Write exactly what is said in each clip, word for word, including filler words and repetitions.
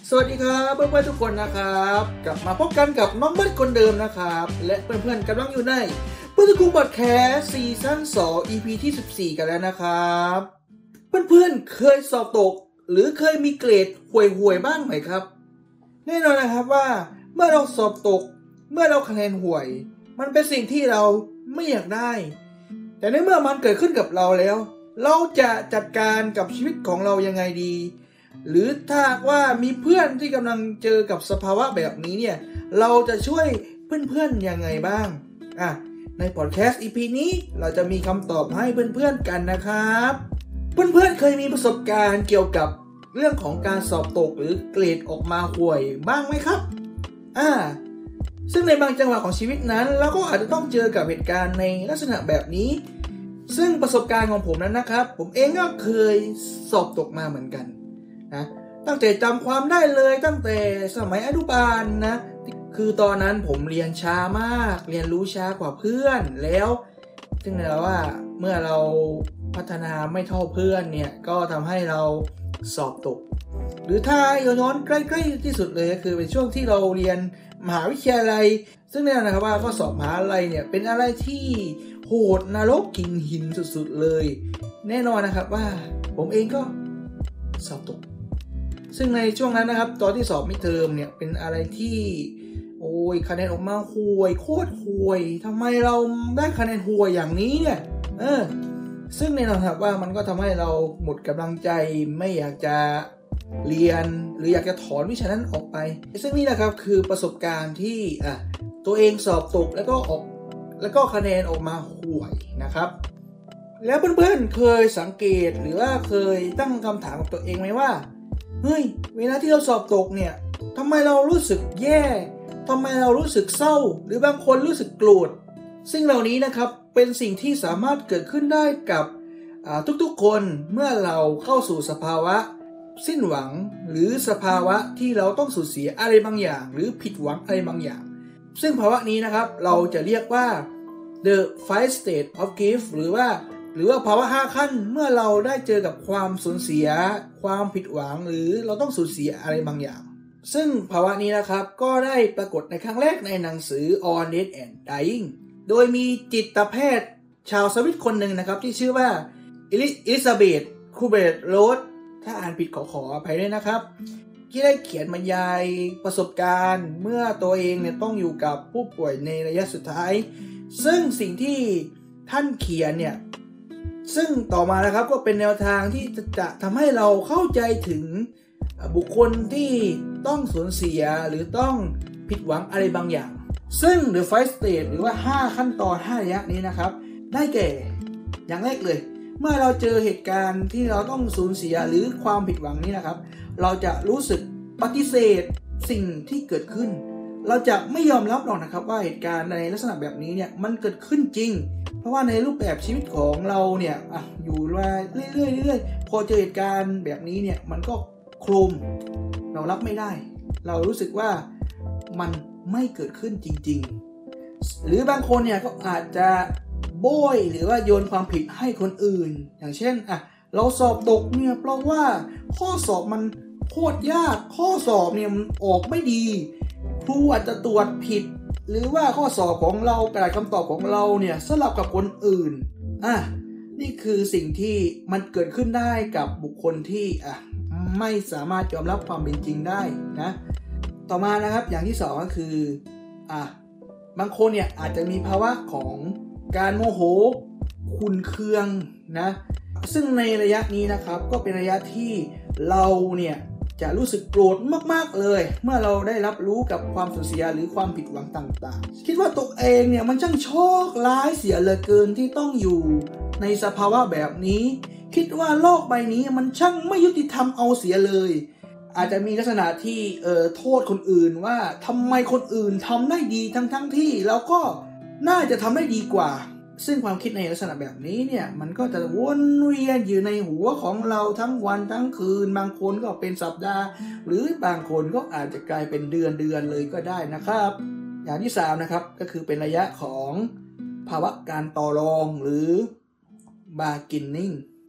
สวัสดีครับเพื่อนๆทุกคนนะครับกลับมาพบกันกับน้องเบิร์ดคนเดิมนะครับและเพื่อนๆกำลังอยู่ในเพื่อนๆกูพอดแคสต์ซีซั่นสอง อี พี ที่สิบสี่กันแล้วนะครับเพื่อนๆเคยสอบตกหรือเคยมีเกรดห่วยๆบ้างไหมครับแน่นอนนะครับว่าเมื่อเราสอบตกเมื่อเราคะแนนห่วยมันเป็นสิ่งที่เราไม่อยากได้แต่ในเมื่อมันเกิดขึ้นกับเราแล้วเราจะจัดการกับชีวิตของเรายังไงดีหรือถ้าว่ามีเพื่อนที่กำลังเจอกับสภาวะแบบนี้เนี่ยเราจะช่วยเพื่อนๆยังไงบ้างอ่ะในพอดแคสต์ อี พี นี้เราจะมีคำตอบให้เพื่อนๆกันนะครับเพื่อนๆเคยมีประสบการณ์เกี่ยวกับเรื่องของการสอบตกหรือเกรดออกมาห่วยบ้างไหมครับอ่าซึ่งในบางจังหวะของชีวิตนั้นเราก็อาจจะต้องเจอกับเหตุการณ์ในลักษณะแบบนี้ซึ่งประสบการณ์ของผมนั้นนะครับผมเองก็เคยสอบตกมาเหมือนกันนะตั้งแต่จำความได้เลยตั้งแต่สมัยอนุบาลนะคือตอนนั้นผมเรียนช้ามากเรียนรู้ช้ากว่าเพื่อนแล้วซึ่งแปลว่าเมื่อเราพัฒนาไม่เท่าเพื่อนเนี่ยก็ทำให้เราสอบตกหรือถ้าย้อนใกล้ๆที่สุดเลยก็คือเป็นช่วงที่เราเรียนมหาวิทยาลัยซึ่งแน่นอนนะครับว่าข้อสอบมหาวิทยาลัยเนี่ยเป็นอะไรที่โหดนรกกินหินสุดๆเลยแน่นอนนะครับว่าผมเองก็สอบตกซึ่งในช่วงนั้นนะครับตอนที่สอบมิดเทอมเนี่ยเป็นอะไรที่โอ้ยคะแนนออกมาห่วยโคตรห่วยทำไมเราได้คะแนนห่วยอย่างนี้เนี่ยเออซึ่งแน่นอนครับว่ามันก็ทำให้เราหมดกำลังใจไม่อยากจะเรียนหรืออยากจะถอนวิชานั้นออกไปซึ่งนี่นะครับคือประสบการณ์ที่อ่ะตัวเองสอบตกแล้วก็ออกแล้วก็คะแนนออกมาห่วยนะครับแล้วเพื่อนๆเคยสังเกตหรือว่าเคยตั้งคำถามกับตัวเองไหมว่าเฮ้ยเวลาที่เราสอบตกเนี่ยทำไมเรารู้สึกแย่ทำไมเรารู้สึกเศร้าหรือบางคนรู้สึกโกรธสิ่งเหล่านี้นะครับเป็นสิ่งที่สามารถเกิดขึ้นได้กับทุกๆคนเมื่อเราเข้าสู่สภาวะสิ้นหวังหรือสภาวะที่เราต้องสูญเสียอะไรบางอย่างหรือผิดหวังอะไรบางอย่างซึ่งภาวะนี้นะครับเราจะเรียกว่า the five state of grief หรือว่าหรือว่าภาวะห้าขั้นเมื่อเราได้เจอกับความสูญเสียความผิดหวังหรือเราต้องสูญเสียอะไรบางอย่างซึ่งภาวะนี้นะครับก็ได้ปรากฏในครั้งแรกในหนังสือ On Death and Dying โดยมีจิตแพทย์ชาวสวิตคนหนึ่งนะครับที่ชื่อว่าอิลิซาเบธคูเบตโรสถ้าอ่านผิดขอขออภัยด้วยนะครับที่ได้เขียนบรรยายประสบการณ์เมื่อตัวเองเนี่ยต้องอยู่กับผู้ป่วยในระยะสุดท้ายซึ่งสิ่งที่ท่านเขียนเนี่ยซึ่งต่อมานะครับก็เป็นแนวทางที่จะทำให้เราเข้าใจถึงบุคคลที่ต้องสูญเสียหรือต้องผิดหวังอะไรบางอย่างซึ่ง The Five Stage หรือว่าห้าขั้นตอนห้าระยะนี้นะครับได้แก่อย่างแรกเลยเมื่อเราเจอเหตุการณ์ที่เราต้องสูญเสียหรือความผิดหวังนี้นะครับเราจะรู้สึกปฏิเสธสิ่งที่เกิดขึ้นเราจะไม่ยอมรับหรอกนะครับว่าเหตุการณ์ในลักษณะแบบนี้เนี่ยมันเกิดขึ้นจริงเพราะว่าในรูปแบบชีวิตของเราเนี่ยอ่ะอยู่มาเรื่อยๆเรื่อยๆพอเจอเหตุการณ์แบบนี้เนี่ยมันก็โครมเรารับไม่ได้เรารู้สึกว่ามันไม่เกิดขึ้นจริงๆหรือบางคนเนี่ยก็อาจจะโบยหรือว่าโยนความผิดให้คนอื่นอย่างเช่นอ่ะเราสอบตกเนี่ยเพราะว่าข้อสอบมันโคตรยากข้อสอบเนี่ยมันออกไม่ดีครูอาจจะตรวจผิดหรือว่าข้อสอบของเรากระดาษคำตอบของเราเนี่ยสลับกับคนอื่นอ่ะนี่คือสิ่งที่มันเกิดขึ้นได้กับบุคคลที่อ่ะไม่สามารถยอมรับความเป็นจริงได้นะต่อมานะครับอย่างที่สองก็คืออ่ะบางคนเนี่ยอาจจะมีภาวะของการโมโหขุ่นเคืองนะซึ่งในระยะนี้นะครับก็เป็นระยะที่เราเนี่ยจะรู้สึกโกรธมากๆเลยเมื่อเราได้รับรู้กับความสูญเสียหรือความผิดหวังต่างๆคิดว่าตัวเองเนี่ยมันช่างโชคร้ายเสียเหลือเกินที่ต้องอยู่ในสภาวะแบบนี้คิดว่าโลกใบนี้มันช่างไม่ยุติธรรมเอาเสียเลยอาจจะมีลักษณะที่เอ่อโทษคนอื่นว่าทำไมคนอื่นทำได้ดีทั้งๆที่เราก็น่าจะทำได้ดีกว่าซึ่งความคิดในลักษณะแบบนี้เนี่ยมันก็จะวนเวียนอยู่ในหัวของเราทั้งวันทั้งคืนบางคนก็เป็นสัปดาห์หรือบางคนก็อาจจะกลายเป็นเดือนเดือนเลยก็ได้นะครับอย่างที่สามนะครับก็คือเป็นระยะของภาวะการต่อรองหรือ bargaining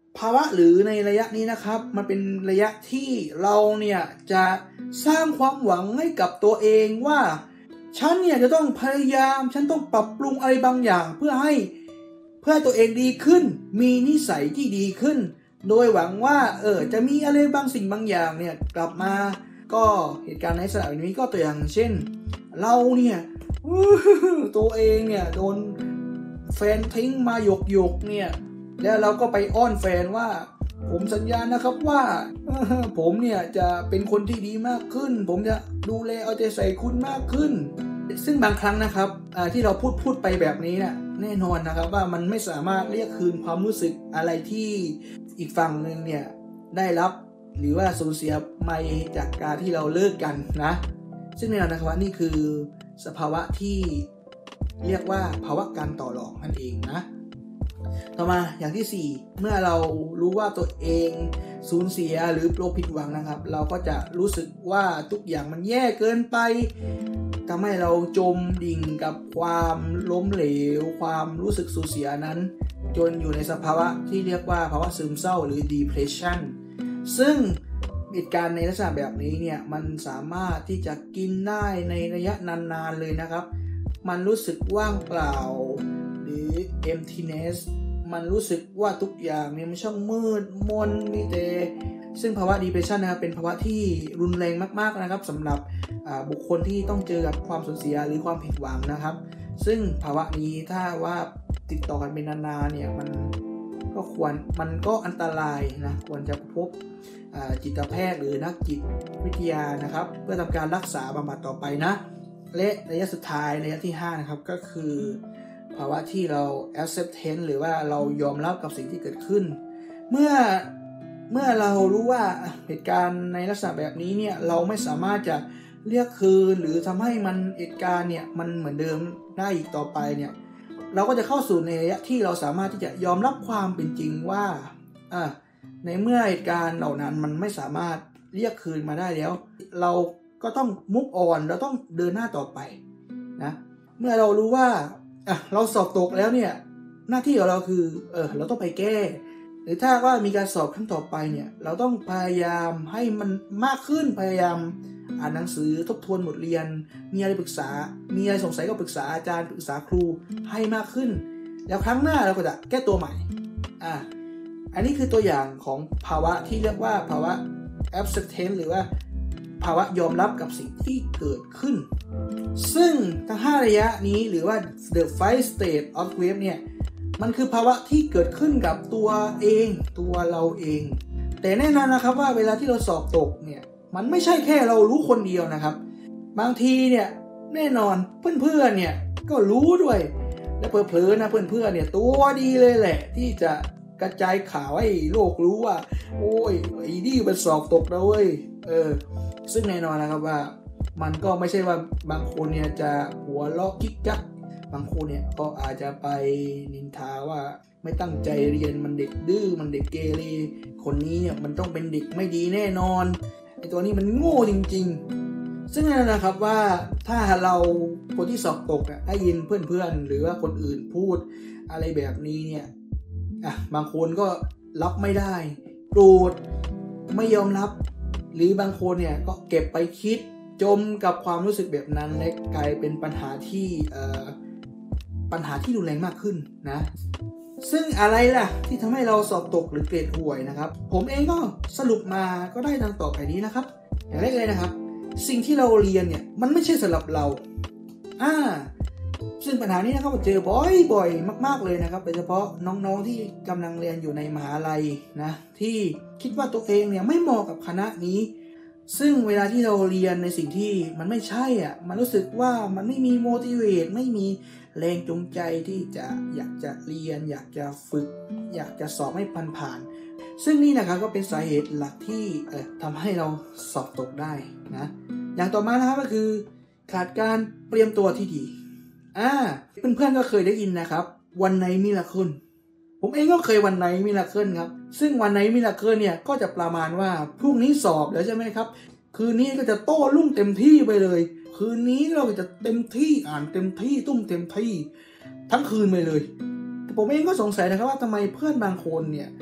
ภาวะหรือในระยะนี้นะครับมันเป็นระยะที่เราเนี่ยจะสร้างความหวังให้กับตัวเองว่าฉันเนี่ยจะต้องพยายามฉันต้องปรับปรุงอะไรบางอย่างเพื่อให้เพื่อให้ตัวเองดีขึ้นมีนิสัยที่ดีขึ้นโดยหวังว่าเออจะมีอะไรบางสิ่งบางอย่างเนี่ยกลับมาก็เหตุการณ์ในสถานนี้ก็ตัวอย่างเช่นเราเนี่ยตัวเองเนี่ยโดนแฟนทิ้งมาหยกหยกเนี่ยแล้วเราก็ไปอ้อนแฟนว่าผมสัญญานะครับว่าผมเนี่ยจะเป็นคนที่ดีมากขึ้นผมจะดูแลเอาใจใส่คุณมากขึ้นซึ่งบางครั้งนะครับที่เราพูดพูดไปแบบนี้เนี่ยแน่นอนนะครับว่ามันไม่สามารถเรียกคืนความรู้สึกอะไรที่อีกฝั่งนึงเนี่ยได้รับหรือว่าสูญเสียไปจากการที่เราเลิกกันนะซึ่งแน่นอนนะครับว่านี่คือสภาวะที่เรียกว่าภาวะการต่อรองนั่นเองนะต่อมาอย่างที่สี่เมื่อเรารู้ว่าตัวเองสูญเสียหรือเราผิดหวังนะครับเราก็จะรู้สึกว่าทุกอย่างมันแย่เกินไปทำให้เราจมดิ่งกับความล้มเหลวความรู้สึกสูญเสียนั้นจนอยู่ในสภาวะที่เรียกว่าภาวะซึมเศร้าหรือ depression ซึ่งเหตุการณ์ในลักษณะแบบนี้เนี่ยมันสามารถที่จะกินได้ในระยะนานๆเลยนะครับมันรู้สึกว่างเปล่าหรือ emptiness มันรู้สึกว่าทุกอย่างเนี่ยมันช่างมืดมนมีแต่ซึ่งภาวะ depression นะครับเป็นภาวะที่รุนแรงมากๆนะครับสำหรับบุคคลที่ต้องเจอกับความสูญเสียหรือความผิดหวังนะครับซึ่งภาวะนี้ถ้าว่าติดต่อกันเป็นนานๆเนี่ยมันก็ควรมันก็อันตรายนะควรจะพบจิตแพทย์หรือนักจิตวิทยานะครับเพื่อทำการรักษาบำบัดต่อไปนะและระยะสุดท้ายระยะที่ห้านะครับก็คือภาวะที่เรา acceptance หรือว่าเรายอมรับกับสิ่งที่เกิดขึ้นเมื่อเมื่อเรารู้ว่าเหตุการณ์ในลักษณะแบบนี้เนี่ยเราไม่สามารถจะเรียกคืนหรือทำให้มันเหตุการณ์เนี่ยมันเหมือนเดิมได้อีกต่อไปเนี่ยเราก็จะเข้าสู่ในระยะที่เราสามารถที่จะยอมรับความเป็นจริงว่าอ่าในเมื่อเหตุการณ์เหล่านั้นมันไม่สามารถเรียกคืนมาได้แล้วเราก็ต้องมุกออนเราต้องเดินหน้าต่อไปนะเมื่อเรารู้ว่าอ่ะเราสอบตกแล้วเนี่ยหน้าที่ของเราคือเออเราต้องไปแก้หรือถ้าว่ามีการสอบครั้งต่อไปเนี่ยเราต้องพยายามให้มันมากขึ้นพยายามอ่านหนังสือทบทวนบทเรียนมีอะไรปรึกษามีอะไรสงสัยก็ปรึกษาอาจารย์ปรึกษาครูให้มากขึ้นแล้วครั้งหน้าเราก็จะแก้ตัวใหม่อ่ะอันนี้คือตัวอย่างของภาวะที่เรียกว่าภาวะ acceptance หรือว่าภาวะยอมรับกับสิ่งที่เกิดขึ้นซึ่งทั้งห้าระยะนี้หรือว่า the five state of grief เนี่ยมันคือภาวะที่เกิดขึ้นกับตัวเองตัวเราเองแต่แน่นอนนะครับว่าเวลาที่เราสอบตกเนี่ยมันไม่ใช่แค่เรารู้คนเดียวนะครับบางทีเนี่ยแน่นอนเพื่อนๆเนี่ยก็รู้ด้วยและเผลอๆนะเพื่อนๆเนี่ยตัวดีเลยแหละที่จะกระจายข่าวให้โลกรู้ว่าโอ้ยไอ้นี่มันสอบตกนะเว้ยเออซึ่งแน่นอนนะครับว่ามันก็ไม่ใช่ว่าบางคนเนี่ยจะหัวเราะกิ๊กกักบางคนเนี่ยก็อาจจะไปนินทาว่าไม่ตั้งใจเรียนมันเด็กดื้อมันเด็กเกเรคนนี้เนี่ยมันต้องเป็นเด็กไม่ดีแน่นอนไอ้ตัวนี้มันโง่จริงๆซึ่งนั่นนะครับว่าถ้าเราคนที่สอบตกอ่ะได้ยินเพื่อนๆหรือว่าคนอื่นพูดอะไรแบบนี้เนี่ยอ่ะบางคนก็รับไม่ได้โกรธไม่ยอมรับหรือบางคนเนี่ยก็เก็บไปคิดจมกับความรู้สึกแบบนั้นและกลายเป็นปัญหาที่เอ่อปัญหาที่รุนแรงมากขึ้นนะซึ่งอะไรล่ะที่ทำให้เราสอบตกหรือเกรดห่วยนะครับผมเองก็สรุปมาก็ได้ดังต่อไปนี้นะครับอย่างแรกเลยนะครับสิ่งที่เราเรียนเนี่ยมันไม่ใช่สำหรับเราอ่าซึ่งปัญหานี้นะครับเจอบ่อยๆมากๆเลยนะครับโดยเฉพาะน้องๆที่กำลังเรียนอยู่ในมหาลัยนะที่คิดว่าตัวเองเนี่ยไม่เหมาะกับคณะนี้ซึ่งเวลาที่เราเรียนในสิ่งที่มันไม่ใช่อ่ะมันรู้สึกว่ามันไม่มี motivate ไม่มีแรงจูงใจที่จะอยากจะเรียนอยากจะฝึกอยากจะสอบให้ผ่านๆซึ่งนี่นะครับก็เป็นสาเหตุหลักที่เอ่อทำให้เราสอบตกได้นะอย่างต่อมานะครับก็คือขาดการเตรียมตัวที่ดีอ่าเพื่อนๆก็เคยได้ยินนะครับวันไหนมิราเคิลผมเองก็เคยวันไหนมิราเคิลครับซึ่งวันไหนมิราเคิลเนี่ยก็จะประมาณว่าพรุ่งนี้สอบแล้วใช่ไหมครับคืนนี้ก็จะโต้รุ่งเต็มที่ไปเลยคืนนี้เราจะเต็มที่อ่านเต็มที่ตุ้มเต็มที่ทั้งคืนไปเลยแต่ผมเองก็สงสัยนะครับว่าทำไมเพื่อนบางคนเนี่ยเข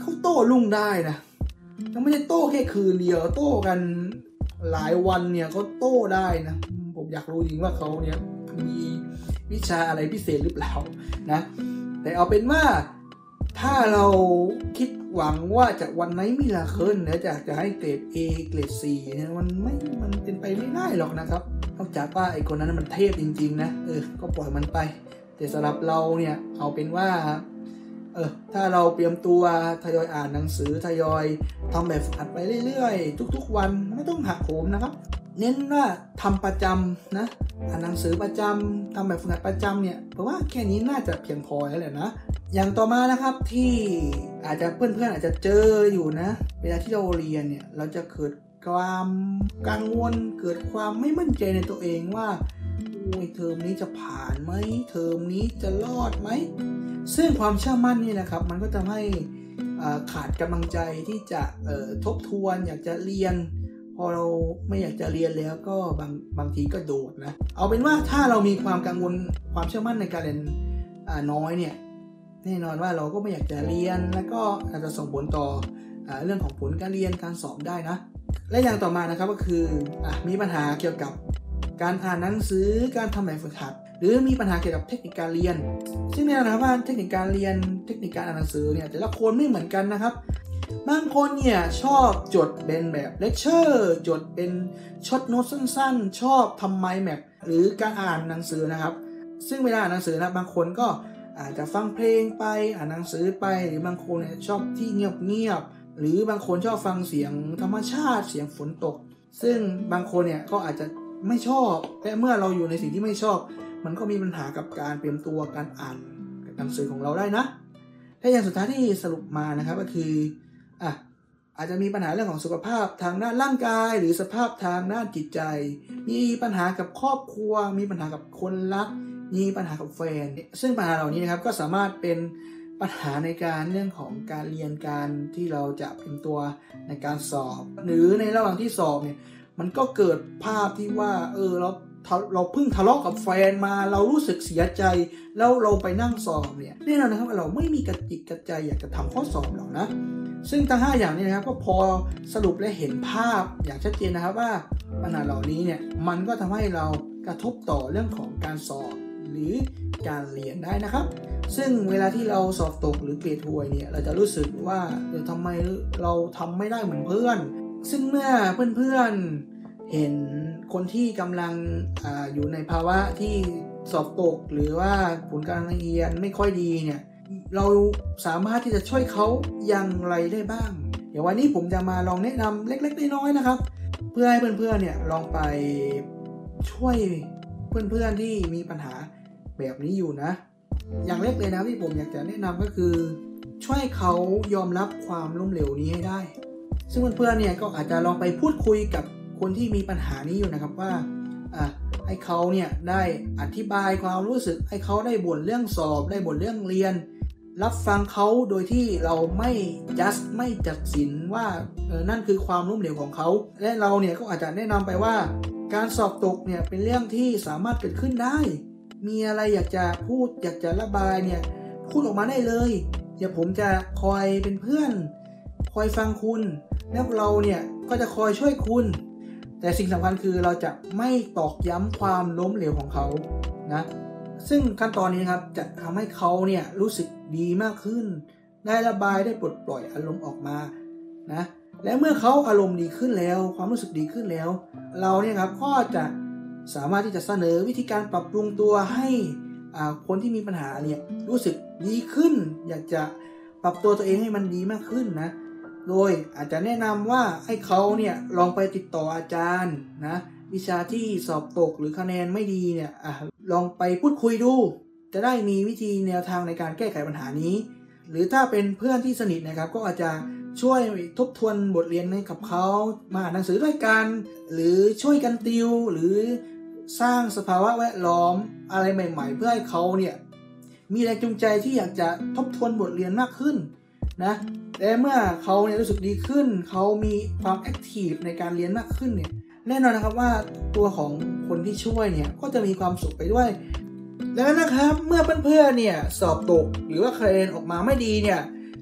เขาโต้รุ่งได้นะยังไม่ได้โต้แค่คืนเดียวโต้กันหลายวันเนี่ยเขาโต้ได้นะผมอยากรู้จริงว่าเขาเนี่ยมีวิชาอะไรพิเศษหรือเปล่านะแต่เอาเป็นว่าถ้าเราคิดหวังว่าจากวันไหนมิราเคิลนะจากจะให้เกรด A เกรด C เนี่ยมันไม่มันเป็นไปไม่ได้หรอกนะครับนอกจากว่าไอ้คนนั้นมันเทพจริงๆนะเออก็ปล่อยมันไปแต่สำหรับเราเนี่ยเอาเป็นว่าเออถ้าเราเตรียมตัวทยอยอ่านหนังสือทยอยทำแบบฝึกหัดไปเรื่อยๆทุกๆวันไม่ต้องหักโหมนะครับเน้นว่าทำประจำนะอ่านหนังสือประจำทำแบบฝึกหัดประจำเนี่ยเพราะว่าแค่นี้น่าจะเพียงพอแล้วแหละนะอย่างต่อมานะครับที่อาจจะเพื่อนๆอาจจะเจออยู่นะเวลาที่เราเรียนเนี่ยเราจะเกิดความกังวลเกิดความไม่มั่นใจในตัวเองว่าโอ้ยเทอมนี้จะผ่านไหมเทอมนี้จะรอดไหมซึ่งความเชื่อมั่นนี่นะครับมันก็จะให้ขาดกำลังใจที่จะทบทวนอยากจะเรียนพอเราไม่อยากจะเรียนแล้วก็บางบางทีก็โดดนะเอาเป็นว่าถ้าเรามีความกังวลความเชื่อมั่นในการเรียนน้อยเนี่ยแน่นอนว่าเราก็ไม่อยากจะเรียนแล้วก็อาจจะส่งผลต่อเรื่องของผลการเรียนการสอบได้นะและอย่างต่อมานะครับก็คืออมีปัญหาเกี่ยวกับการอ่านหนังสือการทำแบบฝึกหัดหรือมีปัญหาเกี่ยวกับเทคนิคการเรียนซึ่งแน่นอนว่าเทคนิคการเรียนเทคนิคการอ่านหนังสือเนี่ยแต่ละคนไม่เหมือนกันนะครับบางคนเนี่ยชอบจดเป็นแบบเลคเชอร์จดเป็นช็อตโน้ตสั้นๆชอบทำไมล์แมปหรือการอ่านหนังสือนะครับซึ่งเวลาอ่านหนังสือนะบางคนก็อาจจะฟังเพลงไปอ่านหนังสือไปหรือบางคนเนี่ยชอบที่เงียบๆหรือบางคนชอบฟังเสียงธรรมชาติเสียงฝนตกซึ่งบางคนเนี่ยก็อาจจะไม่ชอบแต่เมื่อเราอยู่ในสิ่งที่ไม่ชอบมันก็มีปัญหากับการเตรียมตัวการอ่านหนังสือของเราได้นะและอย่างสุดท้ายที่สรุปมานะครับก็คืออ่ะอาจจะมีปัญหาเรื่องของสุขภาพทางด้านร่างกายหรือสภาพทางด้านจิตใจมีปัญหากับครอบครัวมีปัญหากับคนรักมีปัญหากับแฟนซึ่งปัญหาเหล่านี้นะครับก็สามารถเป็นปัญหาในการเรื่องของการเรียนการที่เราจะเตรียมตัวในการสอบหรือในระหว่างที่สอบเนี่ยมันก็เกิดภาพที่ว่าเออเราเราเพิ่งทะเลาะกับแฟนมาเรารู้สึกเสียใจแล้วเราไปนั่งสอบเนี่ยแน่นอนนะครับเราไม่มีกระจิตกระใจอยากจะทำข้อสอบหรอกนะซึ่งทั้งห้าอย่างนี้นะครับก็พอสรุปและเห็นภาพอย่างชัดเจนนะครับว่าปัญหาเหล่านี้เนี่ยมันก็ทำให้เรากระทบต่อเรื่องของการสอบหรือการเรียนได้นะครับซึ่งเวลาที่เราสอบตกหรือเกรดห่วยเนี่ยเราจะรู้สึกว่าเออทำไมเราทำไม่ได้เหมือนเพื่อนซึ่งเมื่อเพื่อนๆเห็นคนที่กำลัง อ, อยู่ในภาวะที่สอบตกหรือว่าผลการเรียนไม่ค่อยดีเนี่ยเราสามารถที่จะช่วยเขาอย่างไรได้บ้างเดี๋ยววันนี้ผมจะมาลองแนะนำเล็กๆน้อยๆนะครับเพื่อให้เพื่อนๆเนี่ยลองไปช่วยเพื่อนๆที่มีปัญหาแบบนี้อยู่นะอย่างเล็กเลยนะที่ผมอยากจะแนะนำก็คือช่วยเขายอมรับความล้มเหลวนี้ให้ได้ซึ่งเพื่อนๆเนี่ยก็อาจจะลองไปพูดคุยกับคนที่มีปัญหานี้อยู่นะครับว่าอ่ะให้เขาเนี่ยได้อธิบายความรู้สึกให้เขาได้บ่นเรื่องสอบได้บ่นเรื่องเรียนรับฟังเขาโดยที่เราไม่จัดไม่ตัดสินว่าเออนั่นคือความล้มเหลวของเขาและเราเนี่ยก็อาจจะแนะนำไปว่าการสอบตกเนี่ยเป็นเรื่องที่สามารถเกิดขึ้นได้มีอะไรอยากจะพูดอยากจะระบายเนี่ยพูดออกมาได้เลยเดี๋ยวผมจะคอยเป็นเพื่อนคอยฟังคุณแล้วเราเนี่ยก็จะคอยช่วยคุณแต่สิ่งสำคัญคือเราจะไม่ตอกย้ำความล้มเหลวของเขานะซึ่งขั้นตอนนี้ครับจะทำให้เขาเนี่ยรู้สึกดีมากขึ้นได้ระบายได้ปลดปล่อยอารมณ์ออกมานะและเมื่อเขาอารมณ์ดีขึ้นแล้วความรู้สึกดีขึ้นแล้วเราเนี่ยครับก็จะสามารถที่จะเสนอวิธีการปรับปรุงตัวให้คนที่มีปัญหาเนี่ยรู้สึกดีขึ้นอยากจะปรับตัวตัวเองให้มันดีมากขึ้นนะโดยอาจจะแนะนำว่าให้เขาเนี่ยลองไปติดต่ออาจารย์นะวิชาที่สอบตกหรือคะแนนไม่ดีเนี่ยอลองไปพูดคุยดูจะได้มีวิธีแนวทางในการแก้ไขปัญหานี้หรือถ้าเป็นเพื่อนที่สนิทนะครับก็อาจจะช่วยทบทวนบทเรียนให้กับเขามาอ่านหนังสือด้วยกันหรือช่วยกันติวหรือสร้างสภาวะแวดล้อมอะไรใหม่ๆเพื่อให้เขาเนี่ยมีแรงจูงใจที่อยากจะทบทวนบทเรียนมากขึ้นนะและเมื่อเขาเนี่ยรู้สึกดีขึ้นเขามีความแอคทีฟในการเรียนมากขึ้นเนี่ยแน่นอนนะครับว่าตัวของคนที่ช่วยเนี่ยก็จะมีความสุขไปด้วยแล้วนะครับเมื่อเพื่อนๆเนี่ยสอบตกหรือว่าคะแนนออกมาไม่ดีเนี่ย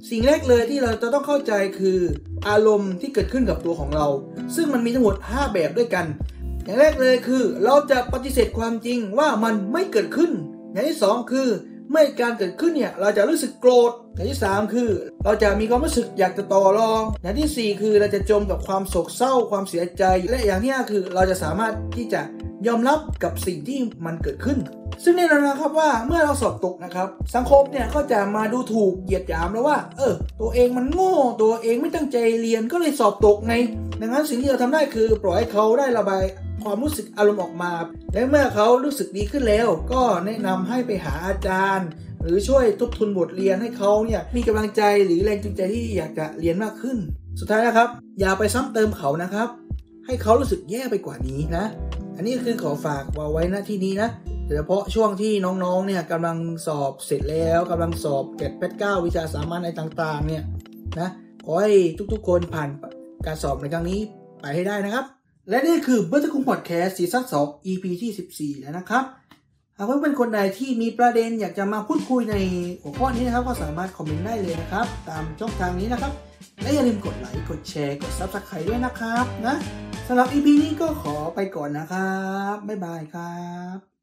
สิ่งแรกเลยที่เราจะต้องเข้าใจคืออารมณ์ที่เกิดขึ้นกับตัวของเราซึ่งมันมีทั้งหมดห้าแบบด้วยกันอย่างแรกเลยคือเราจะปฏิเสธความจริงว่ามันไม่เกิดขึ้นอย่างที่สองคือเมื่อการเกิดขึ้นเนี่ยเราจะรู้สึกโกรธอย่างที่สามคือเราจะมีความรู้สึกอยากจะต่อรองอย่างที่สี่คือเราจะจมกับความโศกเศร้าความเสียใจและอย่างที่ห้าคือเราจะสามารถที่จะยอมรับกับสิ่งที่มันเกิดขึ้นซึ่งแน่นอนนะครับว่าเมื่อเราสอบตกนะครับสังคมเนี่ยก็จะมาดูถูกเหยียดหยามแล้วว่าเออตัวเองมันโง่ตัวเองไม่ตั้งใจเรียนก็เลยสอบตกไงดังนั้นสิ่งที่เราทำได้คือปล่อยให้เขาได้ระบายความรู้สึกอารมณ์ออกมาและเมื่อเขารู้สึกดีขึ้นแล้วก็แนะนำให้ไปหาอาจารย์หรือช่วยทบทวนบทเรียนให้เขาเนี่ยมีกำลังใจหรือแรงจูงใจที่อยากจะเรียนมากขึ้นสุดท้ายนะครับอย่าไปซ้ำเติมเขานะครับให้เขารู้สึกแย่ไปกว่านี้นะอันนี้คือขอฝากไว้ณที่นี้นะโดยเฉพาะช่วงที่น้องๆเนี่ยกำลังสอบเสร็จแล้วกำลังสอบเกรด แปด เก้า วิชาสามัญอะไรต่างๆเนี่ยนะขอให้ทุกๆคนผ่านการสอบในครั้งนี้ไปให้ได้นะครับและนี่คือเบิร์ตคุงพอดแคสต์ซีซั่นสอง อี พี ที่สิบสี่แล้วนะครับหากเพื่อนเป็นคนใดที่มีประเด็นอยากจะมาพูดคุยในหัวข้อนี้นะครับก็สามารถคอมเมนต์ได้เลยนะครับตามช่องทางนี้นะครับและอย่าลืมกดไลค์กดแชร์กด ซับสไครบ์ ด้วยนะครับนะสำหรับ อี พี นี้ก็ขอไปก่อนนะครับบ๊ายบายครับ